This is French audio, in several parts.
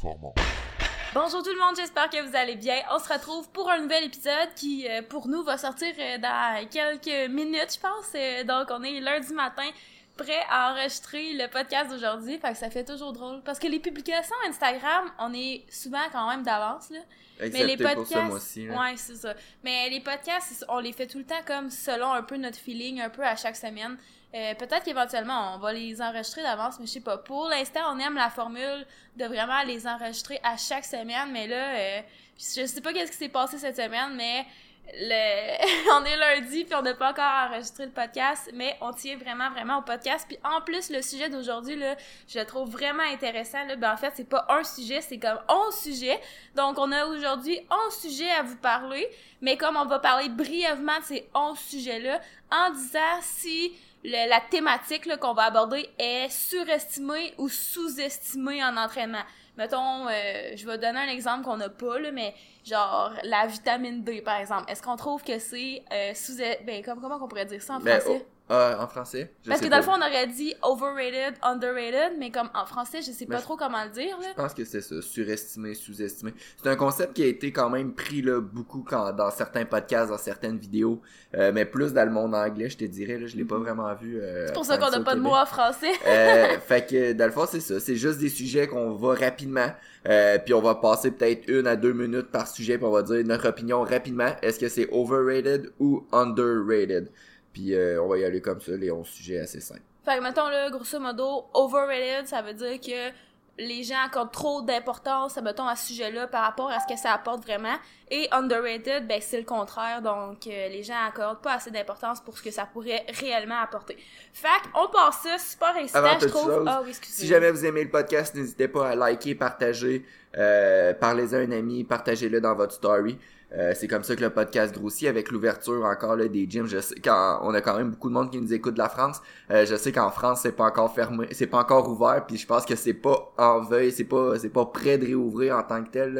performance. Bonjour tout le monde, j'espère que vous allez bien. On se retrouve pour un nouvel épisode qui, pour nous, va sortir dans quelques minutes, je pense. Donc, on est lundi matin, prêt à enregistrer le podcast d'aujourd'hui. Fait que ça fait toujours drôle. Parce que les publications Instagram, on est souvent quand même d'avance, là. Excepté mais les podcasts, pour ça, moi aussi. Là. Ouais, c'est ça. Mais les podcasts, on les fait tout le temps comme selon un peu notre feeling, un peu à chaque semaine. Peut-être qu'éventuellement, on va les enregistrer d'avance, mais je sais pas. Pour l'instant, on aime la formule de vraiment les enregistrer à chaque semaine, mais là, je sais pas qu'est-ce qui s'est passé cette semaine, mais on est lundi, puis on n'a pas encore enregistré le podcast, mais on tient vraiment au podcast. Puis en plus, le sujet d'aujourd'hui, là, je le trouve vraiment intéressant. Là. Ben, en fait, c'est pas un sujet, c'est comme 11 sujets. Donc, on a aujourd'hui 11 sujets à vous parler, mais comme on va parler brièvement de ces 11 sujets-là, en disant si la thématique là, qu'on va aborder est surestimée ou sous-estimée en entraînement. Mettons, je vais donner un exemple qu'on n'a pas, là, mais genre la vitamine D, par exemple. Est-ce qu'on trouve que c'est comment on pourrait dire ça en français? En français? Parce que dans le fond, on aurait dit overrated, underrated, mais comme en français, je sais pas trop comment le dire. Là. Je pense que c'est ça, surestimé, sous-estimé. C'est un concept qui a été quand même pris là, beaucoup dans certains podcasts, dans certaines vidéos, mais plus dans le monde anglais, je te dirais. Là, je l'ai pas vraiment vu. C'est pour ça qu'on n'a pas de mots en français. Fait que dans le fond, c'est ça. C'est juste des sujets qu'on va rapidement, puis on va passer peut-être 1 à 2 minutes par sujet, puis on va dire notre opinion rapidement. Est-ce que c'est overrated ou underrated? Puis on va y aller comme ça, les 11 sujets assez simples. Fait que mettons là, grosso modo, overrated, ça veut dire que les gens accordent trop d'importance, mettons, à ce sujet-là par rapport à ce que ça apporte vraiment. Et underrated, ben c'est le contraire, donc les gens accordent pas assez d'importance pour ce que ça pourrait réellement apporter. Fait qu'on passe ça, super excitant, je trouve. Ah oui, excusez-moi. Si jamais vous aimez le podcast, n'hésitez pas à liker, partager, parlez-en à un ami, partagez-le dans votre story. C'est comme ça que le podcast grossit avec l'ouverture encore là, des gyms. Je sais on a quand même beaucoup de monde qui nous écoute de la France. Je sais qu'en France c'est pas encore fermé, c'est pas encore ouvert, puis je pense que c'est pas en veille, c'est pas prêt de réouvrir en tant que tel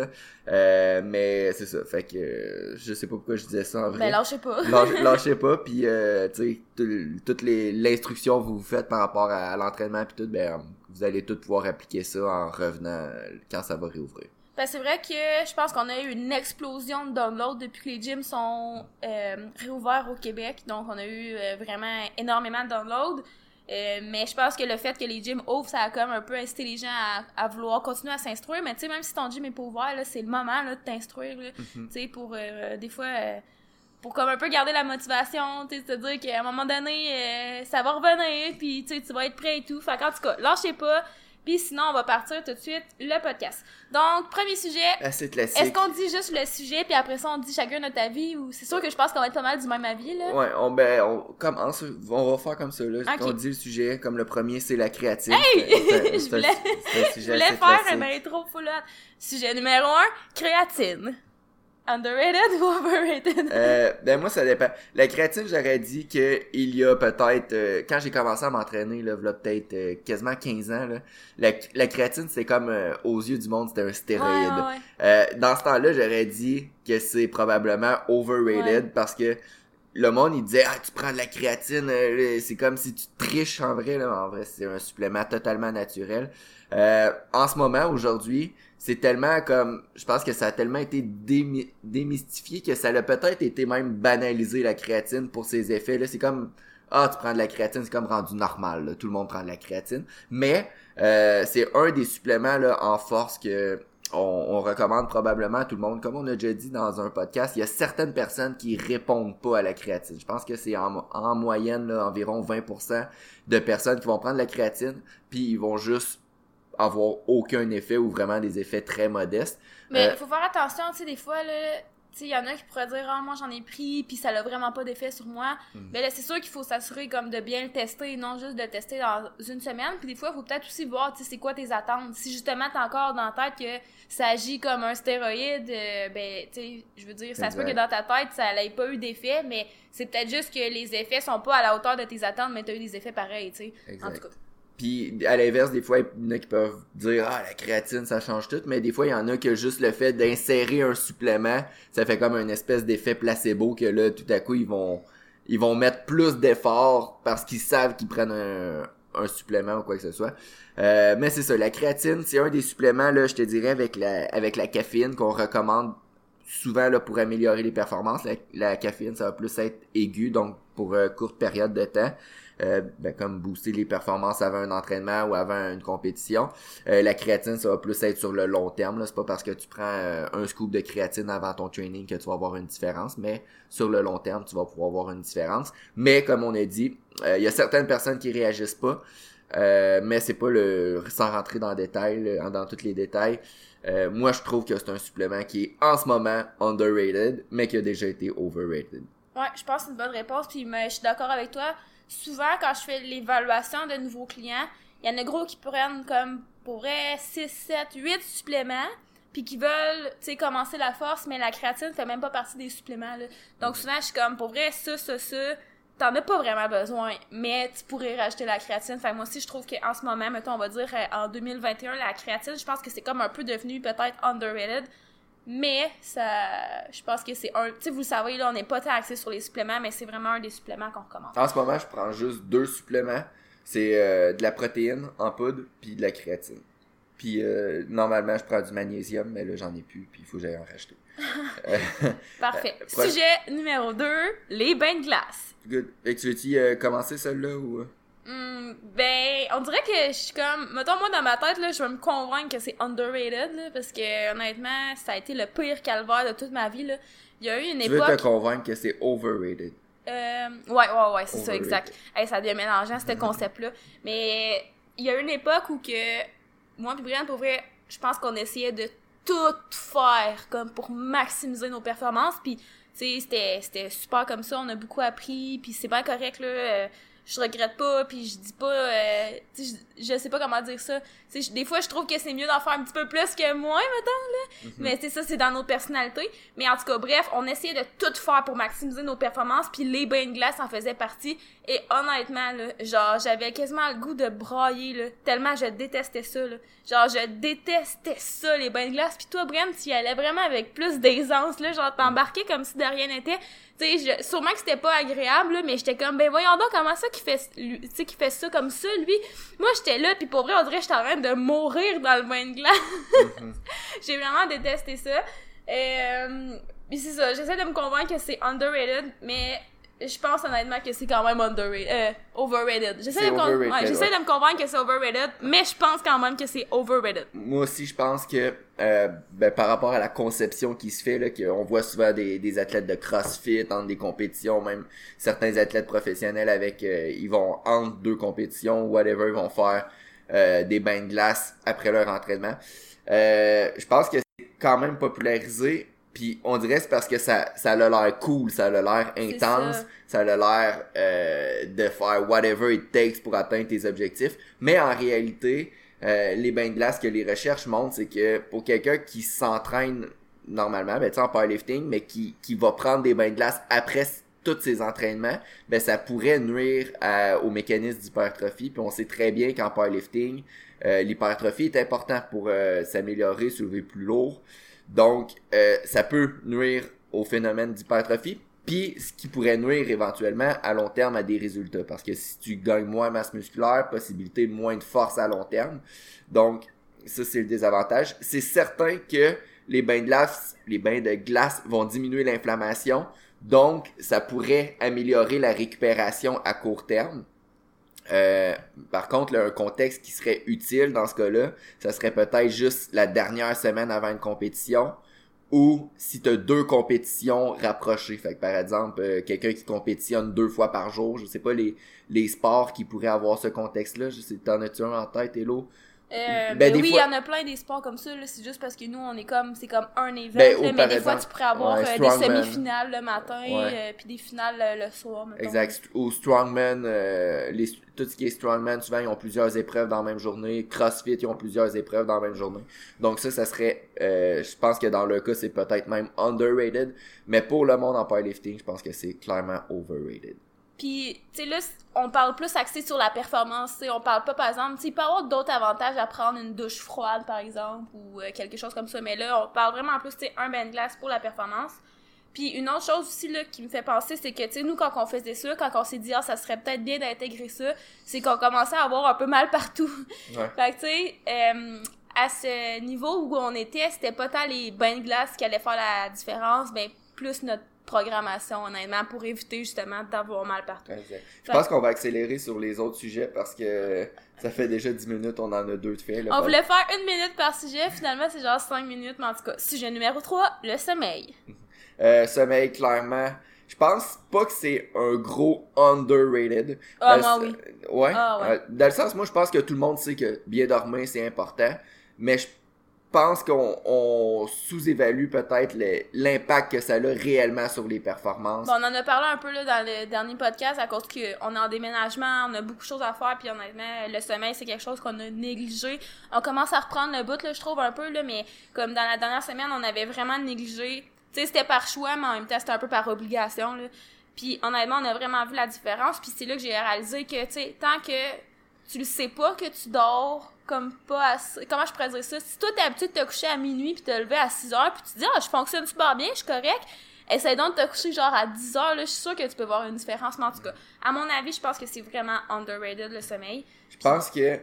là. Mais c'est ça, fait que je sais pas pourquoi je disais ça en vrai. Ben lâchez pas. Lâchez pas, puis tu sais toutes l'instruction que vous faites par rapport à l'entraînement puis tout, ben vous allez tout pouvoir appliquer ça en revenant quand ça va réouvrir. Ben, c'est vrai que je pense qu'on a eu une explosion de downloads depuis que les gyms sont réouverts au Québec. Donc, on a eu vraiment énormément de downloads. Mais je pense que le fait que les gyms ouvrent, ça a comme un peu incité les gens à vouloir continuer à s'instruire. Mais tu sais, même si ton gym est pas ouvert, là, c'est le moment là, de t'instruire. Tu sais, pour des fois... pour comme un peu garder la motivation, tu sais, te dire qu'à un moment donné, ça va revenir, puis tu sais, tu vas être prêt et tout. Fait qu'en tout cas, lâchez pas. Puis sinon, on va partir tout de suite le podcast. Donc, premier sujet. Assez classique. Est-ce qu'on dit juste le sujet, puis après ça, on dit chacun notre avis, ou c'est sûr que je pense qu'on va être pas mal du même avis, là? Ouais, on commence, on va faire comme ça, là. Okay. On dit le sujet, comme le premier, c'est la créatine. Hey! Je voulais faire une intro full on. Sujet numéro 1, créatine. Underrated ou overrated? Ben moi ça dépend. La créatine, j'aurais dit que il y a peut-être quand j'ai commencé à m'entraîner là, peut-être quasiment 15 ans là, la créatine c'est comme aux yeux du monde, c'était un stéroïde. Ouais. Dans ce temps-là, j'aurais dit que c'est probablement overrated parce que le monde il disait tu prends de la créatine, c'est comme si tu triches en vrai là, en vrai c'est un supplément totalement naturel. En ce moment aujourd'hui, c'est tellement comme je pense que ça a tellement été démystifié que ça a peut-être été même banalisé la créatine pour ses effets là, c'est comme tu prends de la créatine, c'est comme rendu normal là. Tout le monde prend de la créatine, mais c'est un des suppléments là en force que on recommande probablement à tout le monde. Comme on a déjà dit dans un podcast, il y a certaines personnes qui répondent pas à la créatine. Je pense que c'est en moyenne là, environ 20% de personnes qui vont prendre la créatine puis ils vont juste avoir aucun effet ou vraiment des effets très modestes. Mais faut faire attention, tu sais, des fois, là, tu sais, il y en a qui pourraient dire « Ah, moi, j'en ai pris, puis ça n'a vraiment pas d'effet sur moi. Mais là, c'est sûr qu'il faut s'assurer comme de bien le tester, et non juste de le tester dans une semaine. Puis des fois, il faut peut-être aussi voir, tu sais, c'est quoi tes attentes. Si justement, t'as encore dans ta tête que ça agit comme un stéroïde, ben, tu sais, je veux dire, ça se peut que dans ta tête, ça n'ait pas eu d'effet, mais c'est peut-être juste que les effets sont pas à la hauteur de tes attentes, mais t'as eu des effets pareils, tu sais. En tout cas. Puis à l'inverse, des fois, il y en a qui peuvent dire la créatine, ça change tout, mais des fois, il y en a que juste le fait d'insérer un supplément, ça fait comme une espèce d'effet placebo que là, tout à coup, ils vont mettre plus d'efforts parce qu'ils savent qu'ils prennent un supplément ou quoi que ce soit. Mais c'est ça, la créatine, c'est un des suppléments, là, je te dirais, avec la caféine qu'on recommande souvent là, pour améliorer les performances. La caféine, ça va plus être aigu, donc pour courte période de temps. Comme booster les performances avant un entraînement ou avant une compétition. La créatine, ça va plus être sur le long terme. Là. C'est pas parce que tu prends un scoop de créatine avant ton training que tu vas avoir une différence, mais sur le long terme, tu vas pouvoir avoir une différence. Mais comme on a dit, il y a certaines personnes qui réagissent pas, mais c'est pas sans rentrer dans le détail, dans tous les détails. Moi, je trouve que c'est un supplément qui est en ce moment underrated, mais qui a déjà été overrated. Ouais, je pense que c'est une bonne réponse, puis je suis d'accord avec toi. Souvent, quand je fais l'évaluation de nouveaux clients, il y en a gros qui prennent comme, pour vrai, 6, 7, 8 suppléments, puis qui veulent, tu sais, commencer la force, mais la créatine fait même pas partie des suppléments, là. Donc souvent, je suis comme, pour vrai, ça, t'en as pas vraiment besoin, mais tu pourrais rajouter la créatine. Fait que moi aussi, je trouve qu'en ce moment, mettons, on va dire, en 2021, la créatine, je pense que c'est comme un peu devenu peut-être underrated. Mais ça, je pense que c'est un... Tu sais, vous le savez, là, on n'est pas tant axé sur les suppléments, mais c'est vraiment un des suppléments qu'on recommande. En ce moment, je prends juste 2 suppléments. C'est de la protéine en poudre, puis de la créatine. Puis normalement, je prends du magnésium, mais là, j'en ai plus, puis il faut que j'aille en racheter. Parfait. Sujet numéro 2, les bains de glace. Good. Et tu veux-tu commencer celle-là ou... On dirait que je suis comme... Mettons, moi, dans ma tête, là, je vais me convaincre que c'est underrated, là, parce que, honnêtement, ça a été le pire calvaire de toute ma vie, là. Il y a eu une époque... Tu veux te convaincre que c'est overrated? Ouais, c'est ça, exact. Hey, ça devient mélangeant, ce concept-là. Mais il y a eu une époque où que... Moi pis Brian, pour vrai, je pense qu'on essayait de tout faire, comme, pour maximiser nos performances, puis tu sais, c'était super comme ça, on a beaucoup appris, puis c'est bien correct, là... je regrette pas, puis je dis pas, je sais pas comment dire ça. Des fois, je trouve que c'est mieux d'en faire un petit peu plus que moins, mettons, là. Mais c'est ça, c'est dans nos personnalités. Mais en tout cas, bref, on essayait de tout faire pour maximiser nos performances, puis les bains de glace en faisaient partie. Et honnêtement, là, genre, j'avais quasiment le goût de brailler, là, tellement je détestais ça, là. Genre, je détestais ça, les bains de glace. Puis toi, Brian, tu y allais vraiment avec plus d'aisance, là, genre, t'embarquais comme si de rien n'était. Tu sais, sûrement que c'était pas agréable, là, mais j'étais comme, ben voyons donc, comment ça qu'il fait ça comme ça, lui. Moi, j'étais là, puis pour vrai, on dirait que j'étais en train de mourir dans le bain de glace. J'ai vraiment détesté ça. Puis c'est ça, j'essaie de me convaincre que c'est underrated, mais je pense honnêtement que c'est quand même overrated. J'essaie de me convaincre que c'est overrated, mais je pense quand même que c'est overrated. Moi aussi, je pense que par rapport à la conception qui se fait, là, qu'on voit souvent des athlètes de CrossFit entre des compétitions, même certains athlètes professionnels avec ils vont entre 2 compétitions, whatever, ils vont faire des bains de glace après leur entraînement. Je pense que c'est quand même popularisé. Puis on dirait c'est parce que ça a l'air cool, ça a l'air intense, ça a l'air de faire whatever it takes pour atteindre tes objectifs. Mais en réalité, les bains de glace que les recherches montrent, c'est que pour quelqu'un qui s'entraîne normalement, ben tu sais en powerlifting, mais qui va prendre des bains de glace après tous ses entraînements, ben ça pourrait nuire au mécanisme d'hypertrophie. Puis on sait très bien qu'en powerlifting, l'hypertrophie est important pour s'améliorer, soulever plus lourd. Donc, ça peut nuire au phénomène d'hypertrophie, puis ce qui pourrait nuire éventuellement à long terme à des résultats. Parce que si tu gagnes moins de masse musculaire, possibilité de moins de force à long terme. Donc, ça, c'est le désavantage. C'est certain que les bains de glace vont diminuer l'inflammation. Donc, ça pourrait améliorer la récupération à court terme. Par contre, là, un contexte qui serait utile dans ce cas-là, ça serait peut-être juste la dernière semaine avant une compétition ou si tu as 2 compétitions rapprochées. Fait que par exemple, quelqu'un qui compétitionne 2 fois par jour, je sais pas les sports qui pourraient avoir ce contexte-là, je sais, t'en as-tu un en tête, Hello? Oui, il y en a plein des sports comme ça, là. C'est juste parce que nous, c'est comme un event, là, mais des fois, tu pourrais avoir des semi-finales le matin, puis des finales le soir, mettons. Exact. Ou Strongman, tout ce qui est Strongman, souvent, ils ont plusieurs épreuves dans la même journée. CrossFit, ils ont plusieurs épreuves dans la même journée. Donc ça serait, je pense que dans le cas, c'est peut-être même underrated, mais pour le monde en powerlifting, je pense que c'est clairement overrated. Puis, tu sais, là, on parle plus axé sur la performance, tu sais, on parle pas, par exemple, tu sais, il peut y avoir d'autres avantages à prendre une douche froide, par exemple, ou quelque chose comme ça, mais là, on parle vraiment plus, tu sais, un bain de glace pour la performance. Puis une autre chose aussi là qui me fait penser, c'est que, tu sais, nous, quand on faisait ça, quand on s'est dit « Ah, ça serait peut-être bien d'intégrer ça », c'est qu'on commençait à avoir un peu mal partout. Ouais. Fait que, tu sais, à ce niveau où on était, c'était pas tant les bains de glace qui allaient faire la différence, ben plus notre programmation, honnêtement, pour éviter justement d'avoir mal partout. Exact. Je pense qu'on va accélérer sur les autres sujets parce que ça fait déjà 10 minutes, on en a 2 de fait. On voulait faire 1 minute par sujet, finalement c'est genre 5 minutes, mais en tout cas, sujet numéro 3, le sommeil. Sommeil, clairement. Je pense pas que c'est un gros underrated. Ah, moi, oui. Ouais. Ah, ouais. Dans le sens, moi, je pense que tout le monde sait que bien dormir, c'est important. Mais je pense qu'on sous-évalue peut-être l'impact que ça a réellement sur les performances. Bon, on en a parlé un peu là, dans le dernier podcast à cause qu'on est en déménagement, on a beaucoup de choses à faire, puis honnêtement, le sommeil, c'est quelque chose qu'on a négligé. On commence à reprendre le bout, là, je trouve, un peu, là, mais comme dans la dernière semaine, on avait vraiment négligé. Tu sais, c'était par choix, mais en même temps, c'était un peu par obligation, là. Puis honnêtement, on a vraiment vu la différence, puis c'est là que j'ai réalisé que, tu sais, tant que tu le sais pas que tu dors comme pas assez... Comment je pourrais dire ça? Si toi, t'es habitué de te coucher à minuit puis te lever à 6h puis tu te dis « Ah, je fonctionne super bien, je suis correct », essaie donc de te coucher genre à 10h, là, je suis sûre que tu peux voir une différence. Mais en tout cas, à mon avis, je pense que c'est vraiment underrated, le sommeil. Je pense que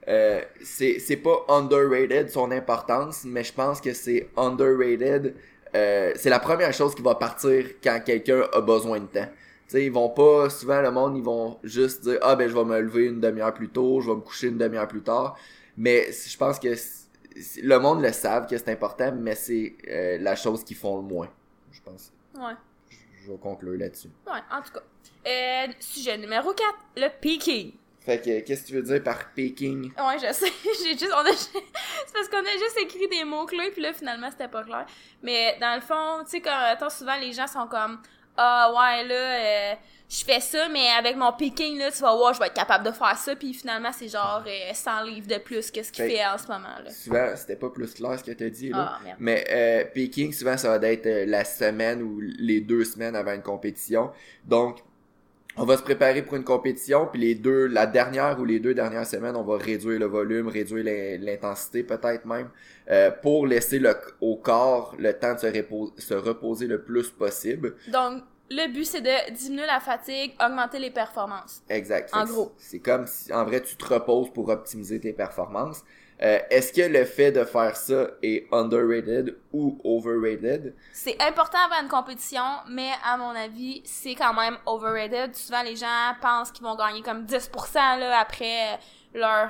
c'est pas underrated son importance, mais je pense que c'est underrated... c'est la première chose qui va partir quand quelqu'un a besoin de temps. Tu sais, ils vont pas, souvent le monde, ils vont juste dire « Ah ben je vais me lever une demi-heure plus tôt, je vais me coucher une demi-heure plus tard ». Mais je pense que le monde le savent que c'est important, mais c'est la chose qu'ils font le moins, je pense. Ouais. Je vais conclure là-dessus. Ouais, en tout cas. Sujet numéro 4, le peaking. Fait que, qu'est-ce que tu veux dire par peaking? Ouais, je sais. c'est parce qu'on a juste écrit des mots-clés, puis là, finalement, c'était pas clair. Mais dans le fond, tu sais, comme, attends, souvent, les gens sont comme « Ah, ouais, là, je fais ça, mais avec mon peaking, là, tu vas voir, je vais être capable de faire ça. » Puis finalement, c'est genre 100 livres de plus que ce qu'il fait en ce moment, là. Souvent, c'était pas plus clair ce que t'as dit, là. Ah, merde. Mais peaking, souvent, ça va être la semaine ou les 2 semaines avant une compétition. Donc, on va se préparer pour une compétition, puis la dernière ou les 2 dernières semaines, on va réduire le volume, réduire l'intensité peut-être même, pour laisser au corps le temps de se reposer le plus possible. Donc, le but, c'est de diminuer la fatigue, augmenter les performances. Exact. En gros. C'est comme si, en vrai, tu te reposes pour optimiser tes performances. Est-ce que le fait de faire ça est underrated ou overrated? C'est important avant une compétition, mais à mon avis, c'est quand même overrated. Souvent, les gens pensent qu'ils vont gagner comme 10% là, après leur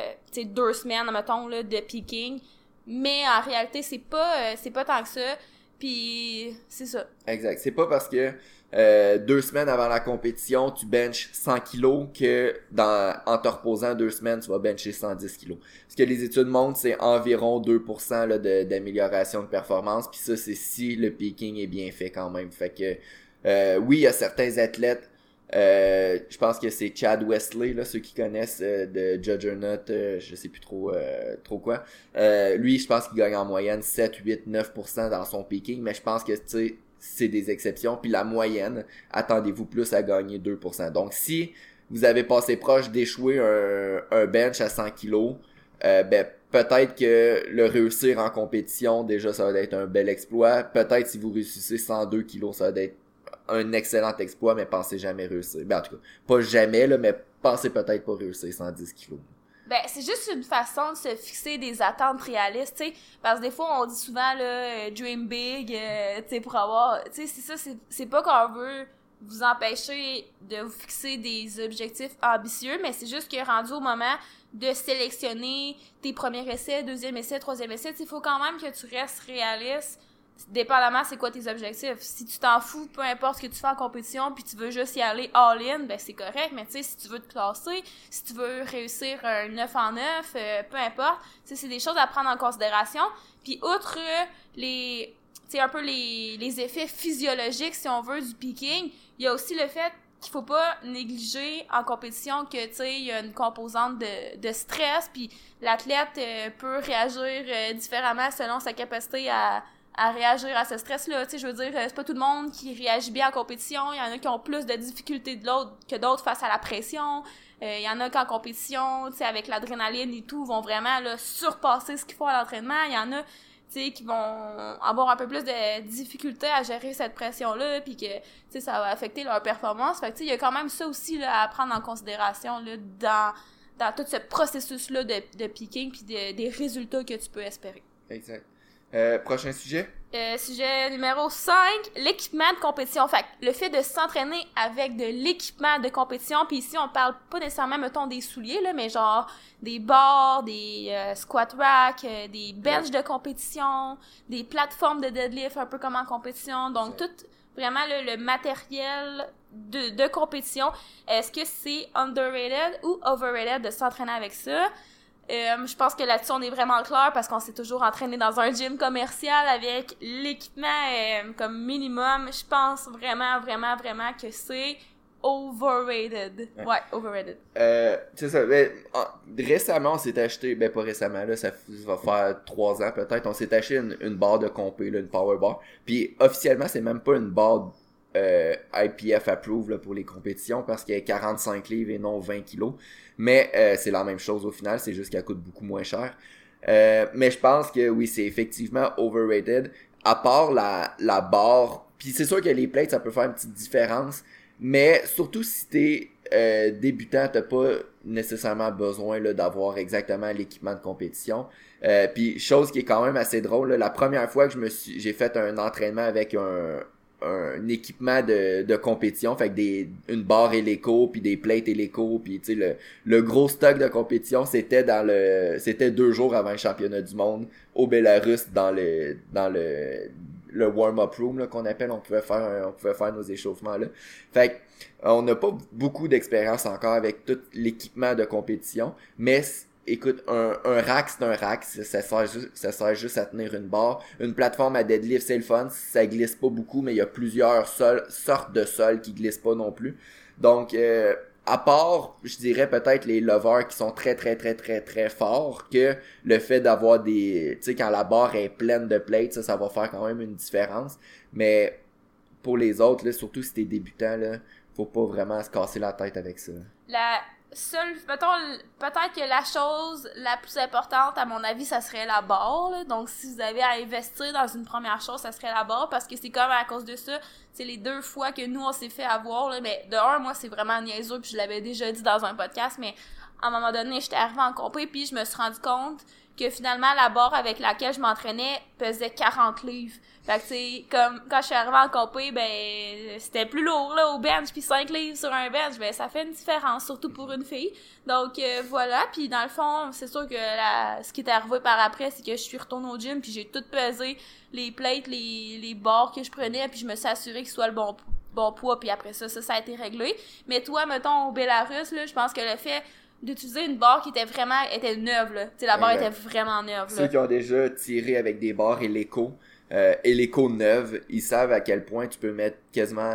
2 semaines, mettons, là, de peaking. Mais en réalité, c'est pas tant que ça. Puis c'est ça. Exact. C'est pas parce que 2 semaines avant la compétition, tu benches 100 kilos que en te reposant 2 semaines, tu vas bencher 110 kilos. Ce que les études montrent, c'est environ 2% là, d'amélioration de performance. Puis ça, c'est si le peaking est bien fait quand même. Fait que oui, il y a certains athlètes. Je pense que c'est Chad Wesley, là, ceux qui connaissent de Juggernaut, je sais plus trop quoi. Lui, je pense qu'il gagne en moyenne 7, 8, 9% dans son peaking, mais je pense que, tu sais, c'est des exceptions. Puis la moyenne, attendez-vous plus à gagner 2%. Donc, si vous avez passé proche d'échouer un bench à 100 kilos, ben, peut-être que le réussir en compétition, déjà, ça va être un bel exploit. Peut-être si vous réussissez 102 kilos, ça va être un excellent exploit, mais pensez jamais réussir. Ben, en tout cas, pas jamais, là, mais pensez peut-être pas réussir 110 kilos. Ben, c'est juste une façon de se fixer des attentes réalistes, tu sais. Parce que des fois, on dit souvent, là, dream big, tu sais, pour avoir... Tu sais, c'est ça, c'est pas qu'on veut vous empêcher de vous fixer des objectifs ambitieux, mais c'est juste que rendu au moment de sélectionner tes premiers essais, deuxième essai, troisième essai, tu sais, il faut quand même que tu restes réaliste, dépendamment c'est quoi tes objectifs. Si tu t'en fous, peu importe ce que tu fais en compétition, puis tu veux juste y aller all-in, ben c'est correct, mais tu sais, si tu veux te classer, si tu veux réussir un 9 en 9, peu importe, tu sais, c'est des choses à prendre en considération. Puis outre les effets physiologiques, si on veut, du peaking, il y a aussi le fait qu'il faut pas négliger en compétition que, tu sais, il y a une composante de stress, puis l'athlète peut réagir différemment selon sa capacité à réagir à ce stress-là. Tu sais, je veux dire, c'est pas tout le monde qui réagit bien en compétition. Il y en a qui ont plus de difficultés que d'autres face à la pression. Il y en a qui en compétition, tu sais, avec l'adrénaline et tout, vont vraiment là, surpasser ce qu'il faut à l'entraînement. Il y en a, tu tu sais, qui vont avoir un peu plus de difficultés à gérer cette pression-là, puis que, tu sais, ça va affecter leur performance. Fait que, tu sais, il y a quand même ça aussi, là, à prendre en considération, là, dans tout ce processus-là de peaking, puis des résultats que tu peux espérer. Exact. Prochain sujet? Sujet numéro 5, l'équipement de compétition. Fait que le fait de s'entraîner avec de l'équipement de compétition, puis ici on parle pas nécessairement, mettons, des souliers, là, mais genre des barres, des squat racks, des benches de compétition, des plateformes de deadlift un peu comme en compétition, donc tout vraiment le matériel de compétition. Est-ce que c'est underrated ou overrated de s'entraîner avec ça? Je pense que là-dessus, on est vraiment clair parce qu'on s'est toujours entraîné dans un gym commercial avec l'équipement comme minimum. Je pense vraiment que c'est overrated. Ouais, overrated. C'est ça. Ben, récemment, on s'est acheté, ben pas récemment, là, ça va faire 3 ans peut-être, on s'est acheté une barre de compé, là, une power bar. Puis officiellement, c'est même pas une barre IPF approved là, pour les compétitions parce qu'elle est 45 livres et non 20 kilos. Mais c'est la même chose au final, c'est juste qu'elle coûte beaucoup moins cher. Mais je pense que oui, c'est effectivement overrated. À part la barre, puis c'est sûr que les plates, ça peut faire une petite différence. Mais surtout si t'es débutant, t'as pas nécessairement besoin là, d'avoir exactement l'équipement de compétition. Puis chose qui est quand même assez drôle, là, la première fois que j'ai fait un entraînement avec un équipement de compétition, fait que une barre Eleiko puis des plates Eleiko, puis tu sais le gros stock de compétition, c'était 2 jours avant le championnat du monde au Bélarus dans le warm-up room là, qu'on appelle, on pouvait faire nos échauffements là. Fait que on n'a pas beaucoup d'expérience encore avec tout l'équipement de compétition, mais écoute, un rack, c'est un rack, ça sert juste à tenir une barre. Une plateforme à deadlift, c'est le fun, ça glisse pas beaucoup, mais il y a plusieurs sortes de sols qui glissent pas non plus. Donc, à part, je dirais peut-être les lovers qui sont très forts, que le fait d'avoir tu sais, quand la barre est pleine de plates, ça va faire quand même une différence. Mais pour les autres, là, surtout si t'es débutant, là, faut pas vraiment se casser la tête avec ça. Peut-être que la chose la plus importante, à mon avis, ça serait la barre, là. Donc, si vous avez à investir dans une première chose, ça serait la barre, parce que c'est comme à cause de ça, c'est les 2 fois que nous, on s'est fait avoir, là. Mais de un, moi, c'est vraiment niaiseux, puis je l'avais déjà dit dans un podcast, mais à un moment donné, j'étais arrivée en compé, puis je me suis rendu compte que finalement, la barre avec laquelle je m'entraînais pesait 40 livres. Fait que, c'est comme, quand je suis arrivée en compé, ben, c'était plus lourd, là, au bench, puis 5 livres sur un bench, ben, ça fait une différence, surtout pour une fille. Donc, voilà. Puis, dans le fond, c'est sûr que ce qui est arrivé par après, c'est que je suis retournée au gym, puis j'ai tout pesé, les plates, les barres que je prenais, puis je me suis assurée qu'ils soient le bon poids, puis après ça a été réglé. Mais toi, mettons, au Bélarus, là, je pense que le fait d'utiliser une barre qui était neuve, là. Tu sais, la barre était vraiment neuve, là. Ceux qui ont déjà tiré avec des barres Eleiko neuves, ils savent à quel point tu peux mettre quasiment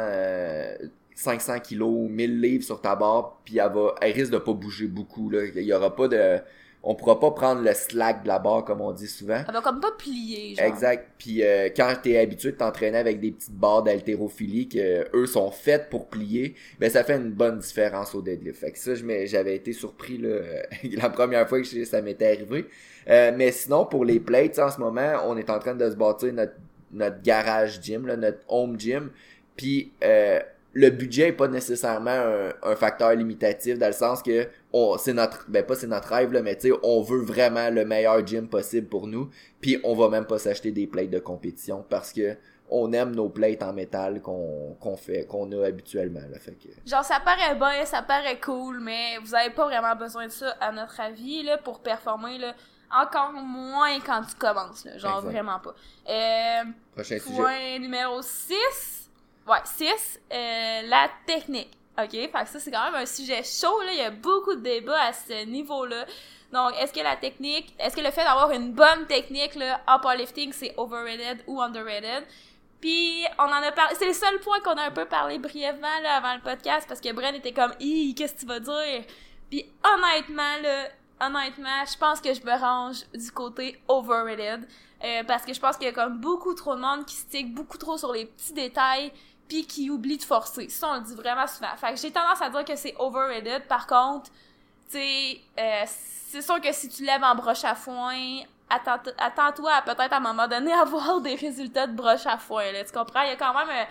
500 kilos, 1000 livres sur ta barre, puis elle risque de pas bouger beaucoup, là. Il y aura pas on pourra pas prendre le slack de la barre, comme on dit souvent. Elle va comme pas plier, genre. Exact. Puis quand t'es habitué de t'entraîner avec des petites barres d'haltérophilie que eux sont faites pour plier, ben ça fait une bonne différence au deadlift. Fait que ça, j'avais été surpris là, la première fois que ça m'était arrivé. Mais sinon, pour les plates, en ce moment, on est en train de se bâtir notre garage gym, là, notre home gym. Puis le budget est pas nécessairement un facteur limitatif, dans le sens que c'est notre rêve là, mais tu sais, on veut vraiment le meilleur gym possible pour nous, puis on va même pas s'acheter des plates de compétition parce que on aime nos plates en métal qu'on a habituellement là, fait que... Genre, ça paraît bien, ça paraît cool, mais vous avez pas vraiment besoin de ça à notre avis là pour performer là, encore moins quand tu commences là, genre exact. Vraiment pas. Prochain point sujet. Numéro 6. Ouais, 6, la technique. OK? Fait que ça, c'est quand même un sujet chaud, là. Il y a beaucoup de débats à ce niveau-là. Donc, est-ce que le fait d'avoir une bonne technique, là, en powerlifting, c'est overrated ou underrated? Puis, on en a parlé. C'est le seul point qu'on a un peu parlé brièvement, là, avant le podcast, parce que Bren était comme, qu'est-ce que tu vas dire? Puis, honnêtement, je pense que je me range du côté overrated. Parce que je pense qu'il y a comme beaucoup trop de monde qui stick beaucoup trop sur les petits détails pis qui oublie de forcer. Ça, on le dit vraiment souvent. Fait que j'ai tendance à dire que c'est overrated. Par contre, tu sais, c'est sûr que si tu lèves en broche à foin, attends-toi à peut-être à un moment donné avoir des résultats de broche à foin, là, tu comprends? Il y a quand même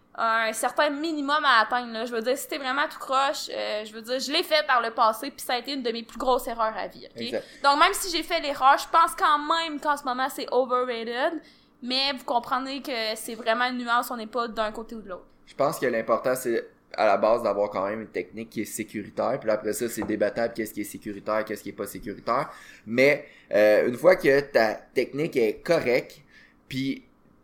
un certain minimum à atteindre, là. Je veux dire, si t'es vraiment tout croche, je veux dire, je l'ai fait par le passé, puis ça a été une de mes plus grosses erreurs à vie, ok? Exact. Donc, même si j'ai fait l'erreur, je pense quand même qu'en ce moment, c'est overrated, mais vous comprenez que c'est vraiment une nuance, on n'est pas d'un côté ou de l'autre. Je pense que l'important, c'est à la base d'avoir quand même une technique qui est sécuritaire. Puis après ça, c'est débattable qu'est-ce qui est sécuritaire, qu'est-ce qui est pas sécuritaire. Mais une fois que ta technique est correcte, puis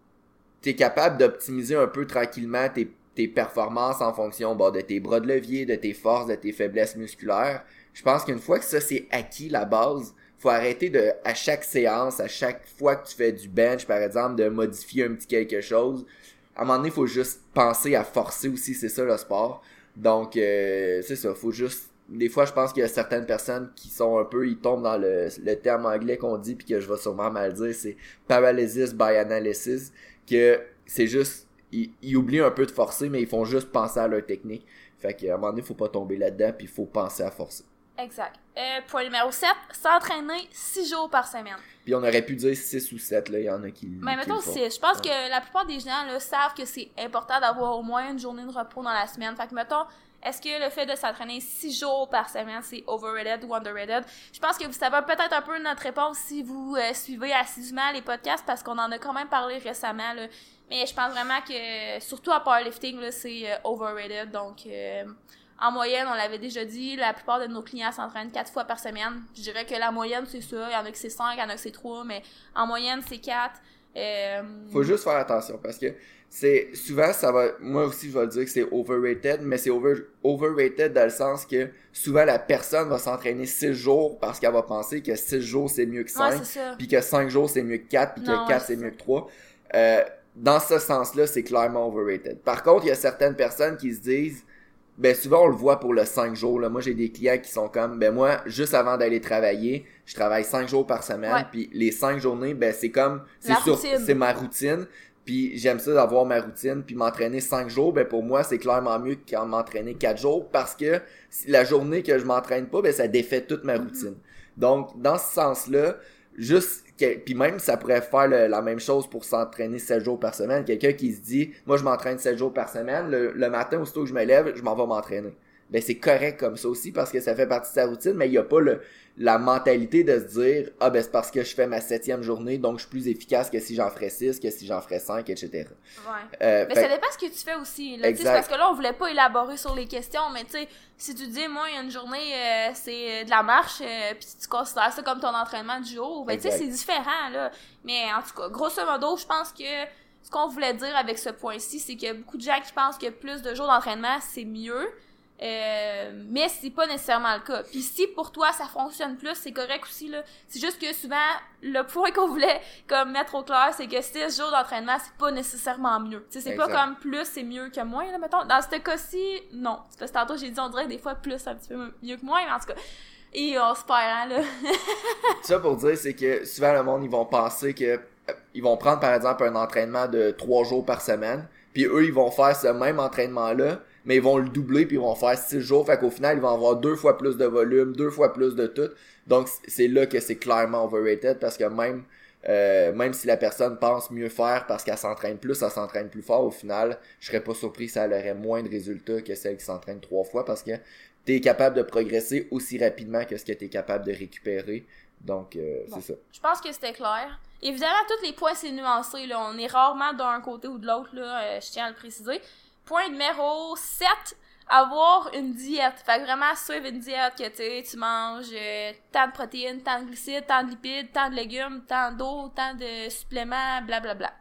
t'es capable d'optimiser un peu tranquillement tes performances en fonction de tes bras de levier, de tes forces, de tes faiblesses musculaires, je pense qu'une fois que ça c'est acquis, la base, faut arrêter à chaque séance, à chaque fois que tu fais du bench, par exemple, de modifier un petit quelque chose. À un moment donné, il faut juste penser à forcer aussi, c'est ça le sport. Donc, c'est ça, faut juste... Des fois, je pense qu'il y a certaines personnes qui sont un peu... Ils tombent dans le terme anglais qu'on dit, puis que je vais sûrement mal dire, c'est « paralysis by analysis », que c'est juste... Ils oublient un peu de forcer, mais ils font juste penser à leur technique. Fait qu'à un moment donné, faut pas tomber là-dedans, puis il faut penser à forcer. Exact. Point numéro 7, s'entraîner 6 jours par semaine. Puis on aurait pu dire 6 ou 7, là, il y en a qui... Mais mettons 6. Je pense que la plupart des gens là, savent que c'est important d'avoir au moins une journée de repos dans la semaine. Fait que mettons, est-ce que le fait de s'entraîner 6 jours par semaine, c'est overrated ou underrated? Je pense que vous savez peut-être un peu notre réponse si vous suivez assidûment les podcasts parce qu'on en a quand même parlé récemment, là. Mais je pense vraiment que, surtout en powerlifting, là, c'est overrated. Donc, en moyenne, on l'avait déjà dit, la plupart de nos clients s'entraînent 4 fois par semaine. Je dirais que la moyenne, c'est ça. Il y en a que c'est 5, il y en a que c'est 3, mais en moyenne, c'est 4. Faut juste faire attention parce que c'est souvent ça va, moi aussi je vais le dire que c'est overrated, mais c'est overrated dans le sens que souvent la personne va s'entraîner 6 jours parce qu'elle va penser que 6 jours c'est mieux que 5, puis que 5 jours c'est mieux que 4, puis que 4 c'est mieux que 3. Dans ce sens-là, c'est clairement overrated. Par contre, il y a certaines personnes qui se disent, ben souvent on le voit pour le 5 jours, là. Moi j'ai des clients qui sont comme, ben moi, juste avant d'aller travailler, je travaille 5 jours par semaine, puis les 5 journées, ben c'est comme, c'est ma routine, puis j'aime ça d'avoir ma routine, puis m'entraîner 5 jours, ben pour moi c'est clairement mieux qu'en m'entraîner 4 jours, parce que la journée que je m'entraîne pas, ben ça défait toute ma routine. Donc, dans ce sens-là, juste puis même ça pourrait faire la même chose pour s'entraîner 7 jours par semaine. Quelqu'un qui se dit, moi je m'entraîne 7 jours par semaine, le matin aussitôt que je me lève, je m'en vais m'entraîner. Ben c'est correct comme ça aussi parce que ça fait partie de sa routine, mais il y a pas la mentalité de se dire, ah ben c'est parce que je fais ma 7e journée, donc je suis plus efficace que si j'en ferais 6, que si j'en ferais 5, etc. Ouais. Mais ça dépend ce que tu fais aussi. Là, c'est parce que là, on voulait pas élaborer sur les questions, mais tu sais, si tu dis, moi, il y a une journée, c'est de la marche, puis tu considères ça comme ton entraînement du jour, ben tu sais, c'est différent, là. Mais en tout cas, grosso modo, je pense que ce qu'on voulait dire avec ce point-ci, c'est qu'il y a beaucoup de gens qui pensent que plus de jours d'entraînement, c'est mieux. Mais c'est pas nécessairement le cas. Puis si pour toi ça fonctionne plus, c'est correct aussi là. C'est juste que souvent le point qu'on voulait comme mettre au clair, c'est que 6 jours d'entraînement, c'est pas nécessairement mieux. Tu sais, c'est pas comme plus c'est mieux que moins là mettons. Dans ce cas-ci, non. C'est parce que tantôt j'ai dit on dirait des fois plus un petit peu mieux que moins, mais en tout cas, et on se perd hein, là. Ça pour dire c'est que souvent le monde ils vont penser que ils vont prendre par exemple un entraînement de 3 jours par semaine, puis eux ils vont faire ce même entraînement là, mais ils vont le doubler puis ils vont faire 6 jours, fait qu'au final ils vont avoir 2 fois plus de volume, 2 fois plus de tout. Donc c'est là que c'est clairement overrated parce que même si la personne pense mieux faire parce qu'elle s'entraîne plus, elle s'entraîne plus fort, au final, je serais pas surpris si elle aurait moins de résultats que celle qui s'entraîne 3 fois parce que t'es capable de progresser aussi rapidement que ce que t'es capable de récupérer. Donc c'est ça. Je pense que c'était clair. Évidemment, tous les points c'est nuancé là, on est rarement d'un côté ou de l'autre là, je tiens à le préciser. Point numéro 7, avoir une diète. Fait que vraiment suivre une diète que tu manges tant de protéines, tant de glucides, tant de lipides, tant de légumes, tant d'eau, tant de suppléments, blablabla.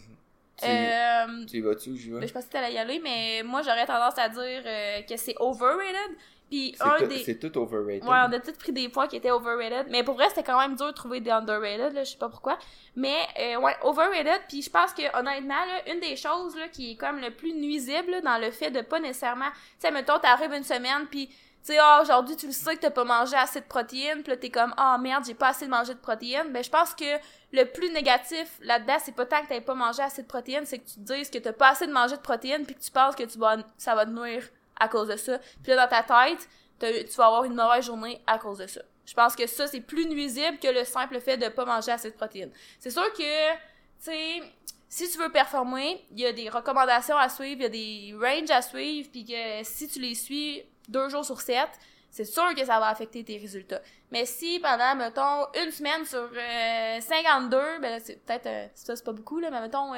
Tu y vas-tu ou j'y vais? Je pensais que t'allais y aller, mais moi j'aurais tendance à dire que c'est overrated. Puis c'est tout overrated. Ouais, on a tous pris des points qui étaient overrated. Mais pour vrai, c'était quand même dur de trouver des underrated, là, je sais pas pourquoi. Mais, ouais, overrated. Puis je pense que, honnêtement, là, une des choses, là, qui est comme le plus nuisible, là, dans le fait de pas nécessairement, tu sais, mettons, t'arrives une semaine, puis tu sais, aujourd'hui, tu le sais que t'as pas mangé assez de protéines, pis là, t'es comme, merde, j'ai pas assez de manger de protéines. Ben, je pense que le plus négatif là-dedans, c'est pas tant que t'aies pas mangé assez de protéines, c'est que tu te dises que t'as pas assez de manger de protéines, puis que tu penses que ça va te nuire à cause de ça. Puis là, dans ta tête, tu vas avoir une mauvaise journée à cause de ça. Je pense que ça, c'est plus nuisible que le simple fait de pas manger assez de protéines. C'est sûr que, tu sais, si tu veux performer, il y a des recommandations à suivre, il y a des ranges à suivre, puis que si tu les suis 2 jours sur 7, c'est sûr que ça va affecter tes résultats. Mais si pendant, mettons, une semaine sur 52, ben là, c'est peut-être, ça c'est pas beaucoup, là, mais mettons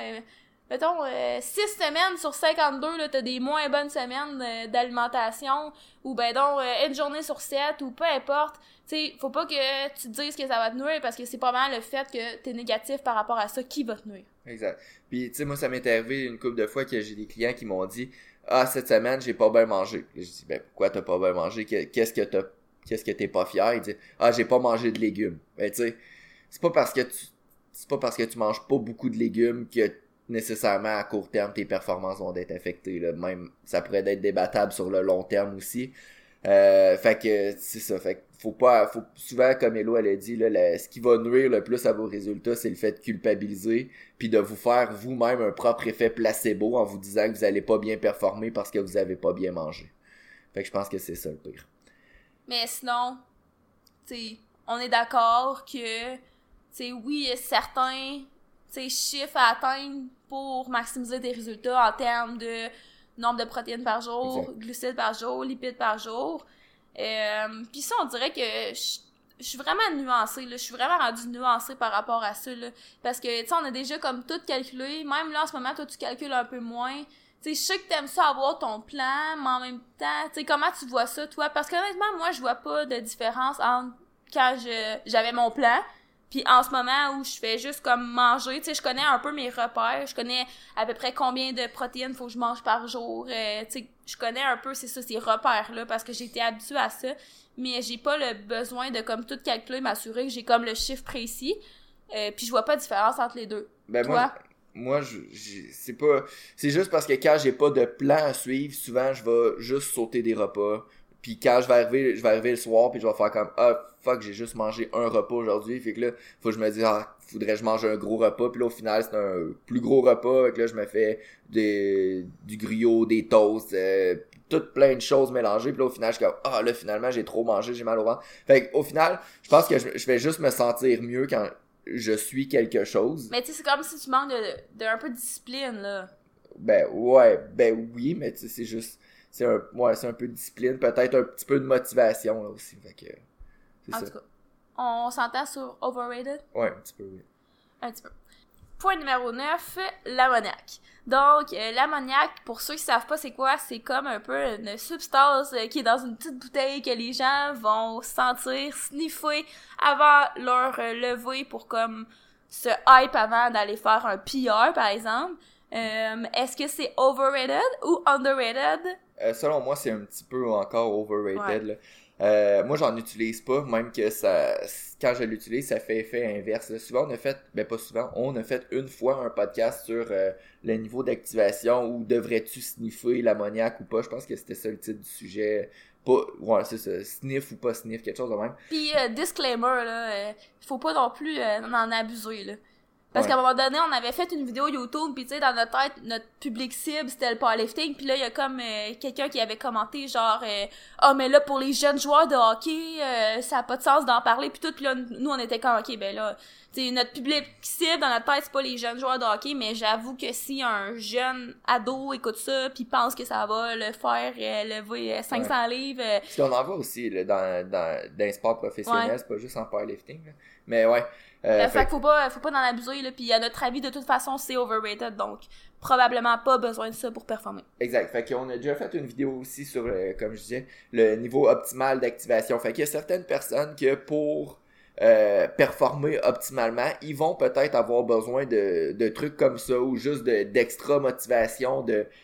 6 semaines sur 52, là, t'as des moins bonnes semaines d'alimentation, ou ben donc, une journée sur 7, ou peu importe. Tu sais, faut pas que tu te dises que ça va te nuire, parce que c'est pas mal le fait que t'es négatif par rapport à ça qui va te nuire. Exact. Puis, tu sais, moi, ça m'est arrivé une couple de fois que j'ai des clients qui m'ont dit « Ah, cette semaine, j'ai pas bien mangé. » Je dis « Ben, pourquoi t'as pas bien mangé? Qu'est-ce que t'es pas fier? » Il dit « Ah, j'ai pas mangé de légumes. » Ben, tu sais, c'est pas parce que tu manges pas beaucoup de légumes que nécessairement à court terme tes performances vont être affectées, là. Même ça pourrait être débattable sur le long terme aussi. Fait que c'est ça, fait que faut souvent, comme Hello elle a dit là, ce qui va nuire le plus à vos résultats, c'est le fait de culpabiliser puis de vous faire vous-même un propre effet placebo en vous disant que vous allez pas bien performer parce que vous avez pas bien mangé. Fait que je pense que c'est ça le pire. Mais sinon, tu sais, on est d'accord que, tu sais, oui, il y a certains, tu sais, chiffres à atteindre pour maximiser tes résultats en termes de nombre de protéines par jour, exact. Glucides par jour, lipides par jour. Puis ça, on dirait que je suis vraiment nuancée, là. Je suis vraiment rendue nuancée par rapport à ça, là. Parce que, tu sais, on a déjà comme tout calculé. Même là, en ce moment, toi, tu calcules un peu moins. Tu sais, je sais que t'aimes ça avoir ton plan, mais en même temps, tu sais, comment tu vois ça, toi? Parce qu'honnêtement, moi, je vois pas de différence entre quand j'avais mon plan, puis en ce moment où je fais juste comme manger, tu sais, je connais un peu mes repères, je connais à peu près combien de protéines faut que je mange par jour, tu sais, je connais un peu, c'est ça, ces repères-là, parce que j'ai été habituée à ça, mais j'ai pas le besoin de comme tout calculer, m'assurer que j'ai comme le chiffre précis, puis je vois pas de différence entre les deux. Ben toi? moi c'est juste parce que quand j'ai pas de plan à suivre, souvent je vais juste sauter des repas. Puis quand je vais arriver le soir puis je vais faire comme ah fuck, j'ai juste mangé un repas aujourd'hui, fait que là faut que je me dise ah faudrait que je mange un gros repas, puis là au final c'est un plus gros repas, fait que là je me fais du griot, des toasts, toutes plein de choses mélangées, puis là au final je suis comme ah là finalement j'ai trop mangé, j'ai mal au ventre. Fait que au final, je pense que je vais juste me sentir mieux quand je suis quelque chose. Mais tu sais, c'est comme si tu manques de un peu de discipline, là. Ben oui, mais tu sais c'est juste c'est un peu de discipline, peut-être un petit peu de motivation là aussi, fait que c'est En ça. tout cas, on s'entend sur overrated? Ouais, un petit peu, oui. Un petit peu. Point numéro 9, l'ammoniac. Donc, l'ammoniac, pour ceux qui savent pas c'est quoi, c'est comme un peu une substance qui est dans une petite bouteille que les gens vont sentir, sniffer avant leur lever pour comme se hype avant d'aller faire un PR, par exemple. Est-ce que c'est overrated ou underrated? Selon moi, c'est un petit peu encore overrated, Ouais. là. Moi, j'en utilise pas, même que quand je l'utilise, ça fait effet inverse. Là. Souvent, pas souvent, on a fait une fois un podcast sur le niveau d'activation où devrais-tu sniffer l'ammoniac ou pas. Je pense que c'était ça le titre du sujet. Ouais, c'est ça, sniff ou pas sniff, quelque chose de même. Puis, disclaimer, là, faut pas non plus en abuser, là. Parce Ouais. qu'à un moment donné, on avait fait une vidéo YouTube, puis tu sais, dans notre tête, notre public cible, c'était le powerlifting, puis là, il y a comme quelqu'un qui avait commenté, genre, ah, mais là, pour les jeunes joueurs de hockey, ça a pas de sens d'en parler, puis tout, puis là, nous, on était comme, ok, ben là, tu sais, notre public cible, dans notre tête, c'est pas les jeunes joueurs de hockey, mais j'avoue que si un jeune ado écoute ça, puis pense que ça va le faire lever 500 livres... Parce qu'on en voit aussi là, dans les sports professionnels, Ouais. c'est pas juste en powerlifting. Là. Mais ouais. Fait que faut pas en abuser, là, pis à notre avis, de toute façon, c'est overrated, donc probablement pas besoin de ça pour performer. Exact. Fait qu'on a déjà fait une vidéo aussi sur, comme je disais, le niveau optimal d'activation. Fait qu'il y a certaines personnes que pour performer optimalement, ils vont peut-être avoir besoin de trucs comme ça ou juste d'extra motivation,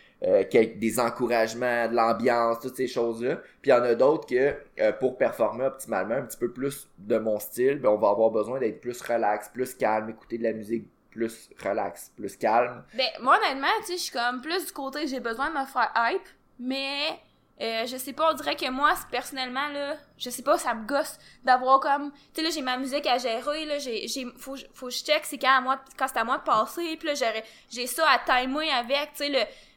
des encouragements, de l'ambiance, toutes ces choses-là. Puis il y en a d'autres que pour performer optimalement, un petit peu plus de mon style, ben, on va avoir besoin d'être plus relax, plus calme, écouter de la musique plus relax, plus calme. Ben, moi, honnêtement, tu sais, je suis comme plus du côté, j'ai besoin de me faire hype, mais je sais pas, on dirait que moi, personnellement, là, je sais pas, ça me gosse d'avoir comme, tu sais, là, j'ai ma musique à gérer, là, faut que je check, c'est quand c'est à moi de passer, puis là, j'ai ça à timer avec, tu sais,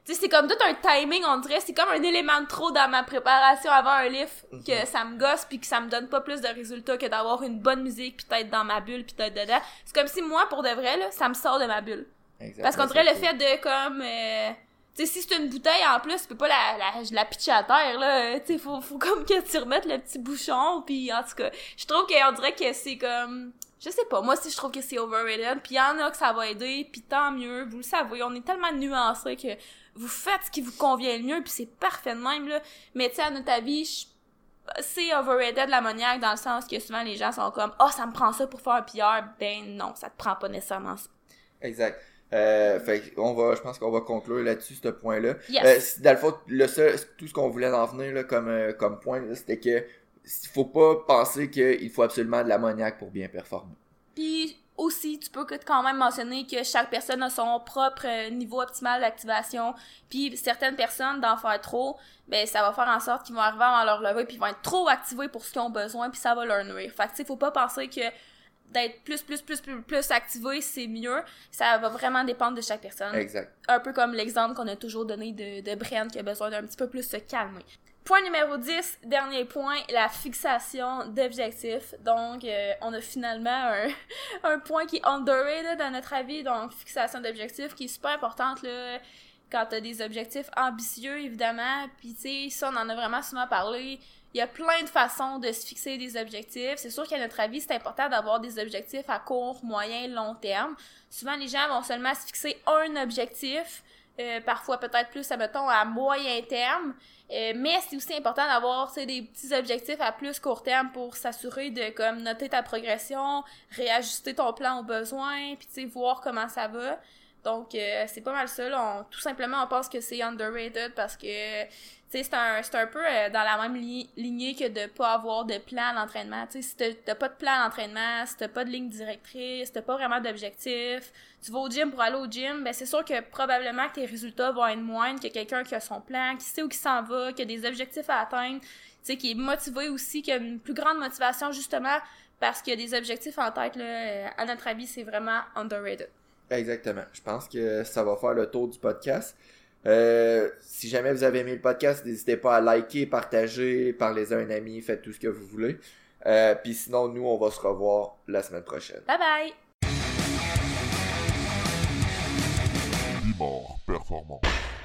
Tu sais, c'est comme tout un timing, on dirait, c'est comme un élément de trop dans ma préparation avant un livre, que ça me gosse puis que ça me donne pas plus de résultats que d'avoir une bonne musique puis d'être dans ma bulle puis d'être dedans. C'est comme si moi, pour de vrai, là, ça me sort de ma bulle. Exactement, parce qu'on dirait le fait de, comme, tu sais, si c'est une bouteille, en plus, tu peux pas la pitcher à terre, là. Tu sais, faut comme que tu remettes le petit bouchon, puis en tout cas, je trouve qu'on dirait que c'est comme... Je sais pas, moi aussi je trouve que c'est overrated, puis il y en a que ça va aider, puis tant mieux, vous le savez, on est tellement nuancés que vous faites ce qui vous convient le mieux, puis c'est parfait de même, là. Mais tu sais, à notre avis, c'est overrated l'ammoniaque dans le sens que souvent les gens sont comme « Ah, ça me prend ça pour faire un PR », ben non, ça te prend pas nécessairement ça. Exact. Fait je pense qu'on va conclure là-dessus, ce point-là. Yes. Dans le fond, tout ce qu'on voulait en venir là, comme point, là, c'était que il faut pas penser qu'il faut absolument de l'ammoniaque pour bien performer. Puis aussi, tu peux quand même mentionner que chaque personne a son propre niveau optimal d'activation. Puis certaines personnes, d'en faire trop, ben ça va faire en sorte qu'ils vont arriver avant leur lever puis ils vont être trop activés pour ce qu'ils ont besoin puis ça va leur nuire. Fait que tu sais, faut pas penser que d'être plus activé, c'est mieux. Ça va vraiment dépendre de chaque personne. Exact. Un peu comme l'exemple qu'on a toujours donné de Brian qui a besoin d'un petit peu plus se calmer. Point numéro 10, dernier point, la fixation d'objectifs. Donc, on a finalement un point qui est underrated à notre avis, donc fixation d'objectifs, qui est super importante là, quand t'as des objectifs ambitieux, évidemment. Puis, tu sais, ça, on en a vraiment souvent parlé. Il y a plein de façons de se fixer des objectifs. C'est sûr qu'à notre avis, c'est important d'avoir des objectifs à court, moyen, long terme. Souvent, les gens vont seulement se fixer un objectif, parfois peut-être plus, mettons, à moyen terme. Mais c'est aussi important d'avoir des petits objectifs à plus court terme pour s'assurer de comme noter ta progression, réajuster ton plan aux besoins, puis voir comment ça va. Donc c'est pas mal ça là. Tout simplement on pense que c'est underrated parce que c'est un peu dans la même lignée que de pas avoir de plan à l'entraînement. Tu sais, si t'as pas de plan à l'entraînement, si t'as pas de ligne directrice, si t'as pas vraiment d'objectif, tu vas au gym pour aller au gym, ben c'est sûr que probablement que tes résultats vont être moindres que quelqu'un qui a son plan, qui sait où il s'en va, qui a des objectifs à atteindre, tu sais, qui est motivé aussi, qui a une plus grande motivation justement parce qu'il y a des objectifs en tête là. À notre avis, c'est vraiment underrated. Exactement. Je pense que ça va faire le tour du podcast. Si jamais vous avez aimé le podcast, n'hésitez pas à liker, partager, parlez-en à un ami, faites tout ce que vous voulez. Puis sinon, nous, on va se revoir la semaine prochaine. Bye bye! Bimor performant.